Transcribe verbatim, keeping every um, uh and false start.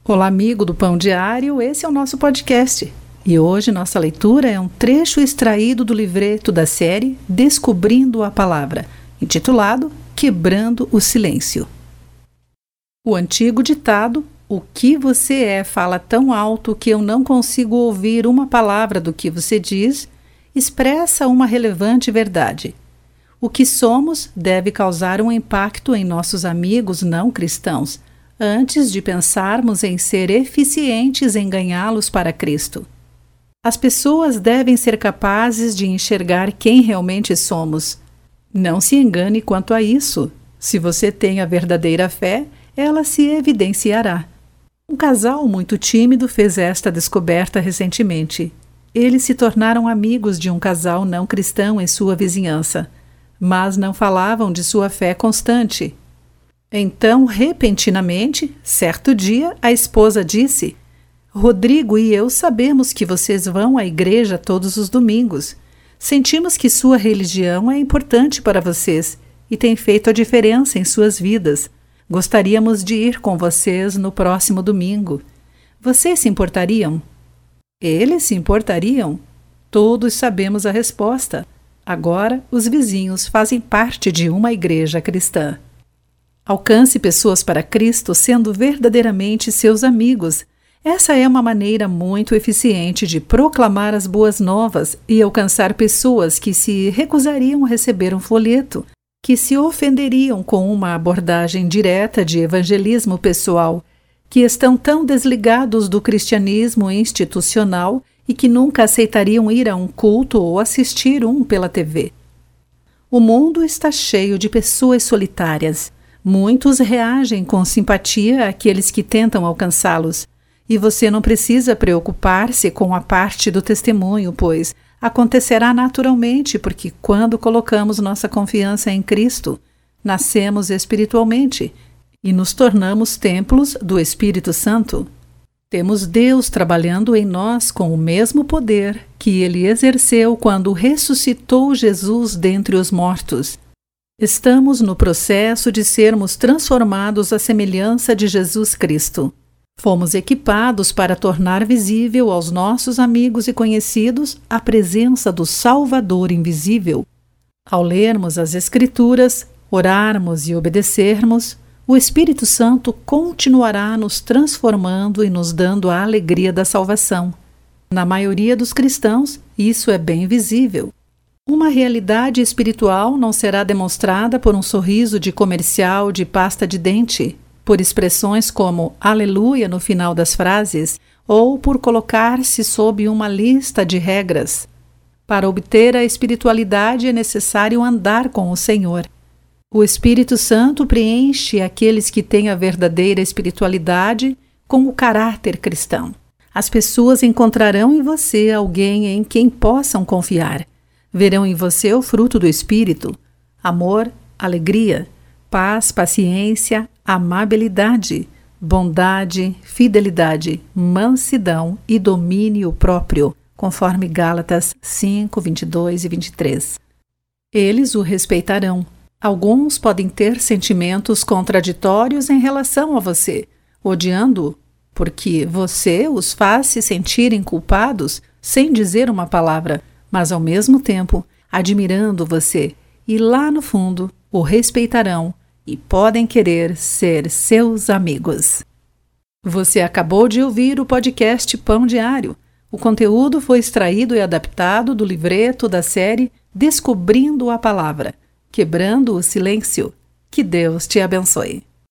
Olá, amigo do Pão Diário, esse é o nosso podcast. E hoje nossa leitura é um trecho extraído do livreto da série Descobrindo a Palavra, intitulado Quebrando o Silêncio. O antigo ditado, o que você é fala tão alto que eu não consigo ouvir uma palavra do que você diz, expressa uma relevante verdade. O que somos deve causar um impacto em nossos amigos não cristãos, antes de pensarmos em ser eficientes em ganhá-los para Cristo. As pessoas devem ser capazes de enxergar quem realmente somos. Não se engane quanto a isso. Se você tem a verdadeira fé, ela se evidenciará. Um casal muito tímido fez esta descoberta recentemente. Eles se tornaram amigos de um casal não cristão em sua vizinhança, mas não falavam de sua fé constante. Então, repentinamente, certo dia, a esposa disse: Rodrigo e eu sabemos que vocês vão à igreja todos os domingos. Sentimos que sua religião é importante para vocês e tem feito a diferença em suas vidas. Gostaríamos de ir com vocês no próximo domingo. Vocês se importariam? Eles se importariam? Todos sabemos a resposta. Agora, os vizinhos fazem parte de uma igreja cristã. Alcance pessoas para Cristo sendo verdadeiramente seus amigos. Essa é uma maneira muito eficiente de proclamar as boas novas e alcançar pessoas que se recusariam a receber um folheto, que se ofenderiam com uma abordagem direta de evangelismo pessoal, que estão tão desligados do cristianismo institucional e que nunca aceitariam ir a um culto ou assistir um pela T V. O mundo está cheio de pessoas solitárias. Muitos reagem com simpatia àqueles que tentam alcançá-los. E você não precisa preocupar-se com a parte do testemunho, pois acontecerá naturalmente, porque quando colocamos nossa confiança em Cristo, nascemos espiritualmente e nos tornamos templos do Espírito Santo. Temos Deus trabalhando em nós com o mesmo poder que Ele exerceu quando ressuscitou Jesus dentre os mortos. Estamos no processo de sermos transformados à semelhança de Jesus Cristo. Fomos equipados para tornar visível aos nossos amigos e conhecidos a presença do Salvador invisível. Ao lermos as Escrituras, orarmos e obedecermos, o Espírito Santo continuará nos transformando e nos dando a alegria da salvação. Na maioria dos cristãos, isso é bem visível. Uma realidade espiritual não será demonstrada por um sorriso de comercial de pasta de dente, por expressões como aleluia no final das frases, ou por colocar-se sob uma lista de regras. Para obter a espiritualidade é necessário andar com o Senhor. O Espírito Santo preenche aqueles que têm a verdadeira espiritualidade com o caráter cristão. As pessoas encontrarão em você alguém em quem possam confiar. Verão em você o fruto do Espírito: amor, alegria, paz, paciência, amabilidade, bondade, fidelidade, mansidão e domínio próprio, conforme Gálatas cinco, vinte e dois e vinte e três. Eles o respeitarão. Alguns podem ter sentimentos contraditórios em relação a você, odiando-o, porque você os faz se sentirem culpados sem dizer uma palavra, mas ao mesmo tempo admirando você, e lá no fundo o respeitarão e podem querer ser seus amigos. Você acabou de ouvir o podcast Pão Diário. O conteúdo foi extraído e adaptado do livreto da série Descobrindo a Palavra, Quebrando o Silêncio. Que Deus te abençoe.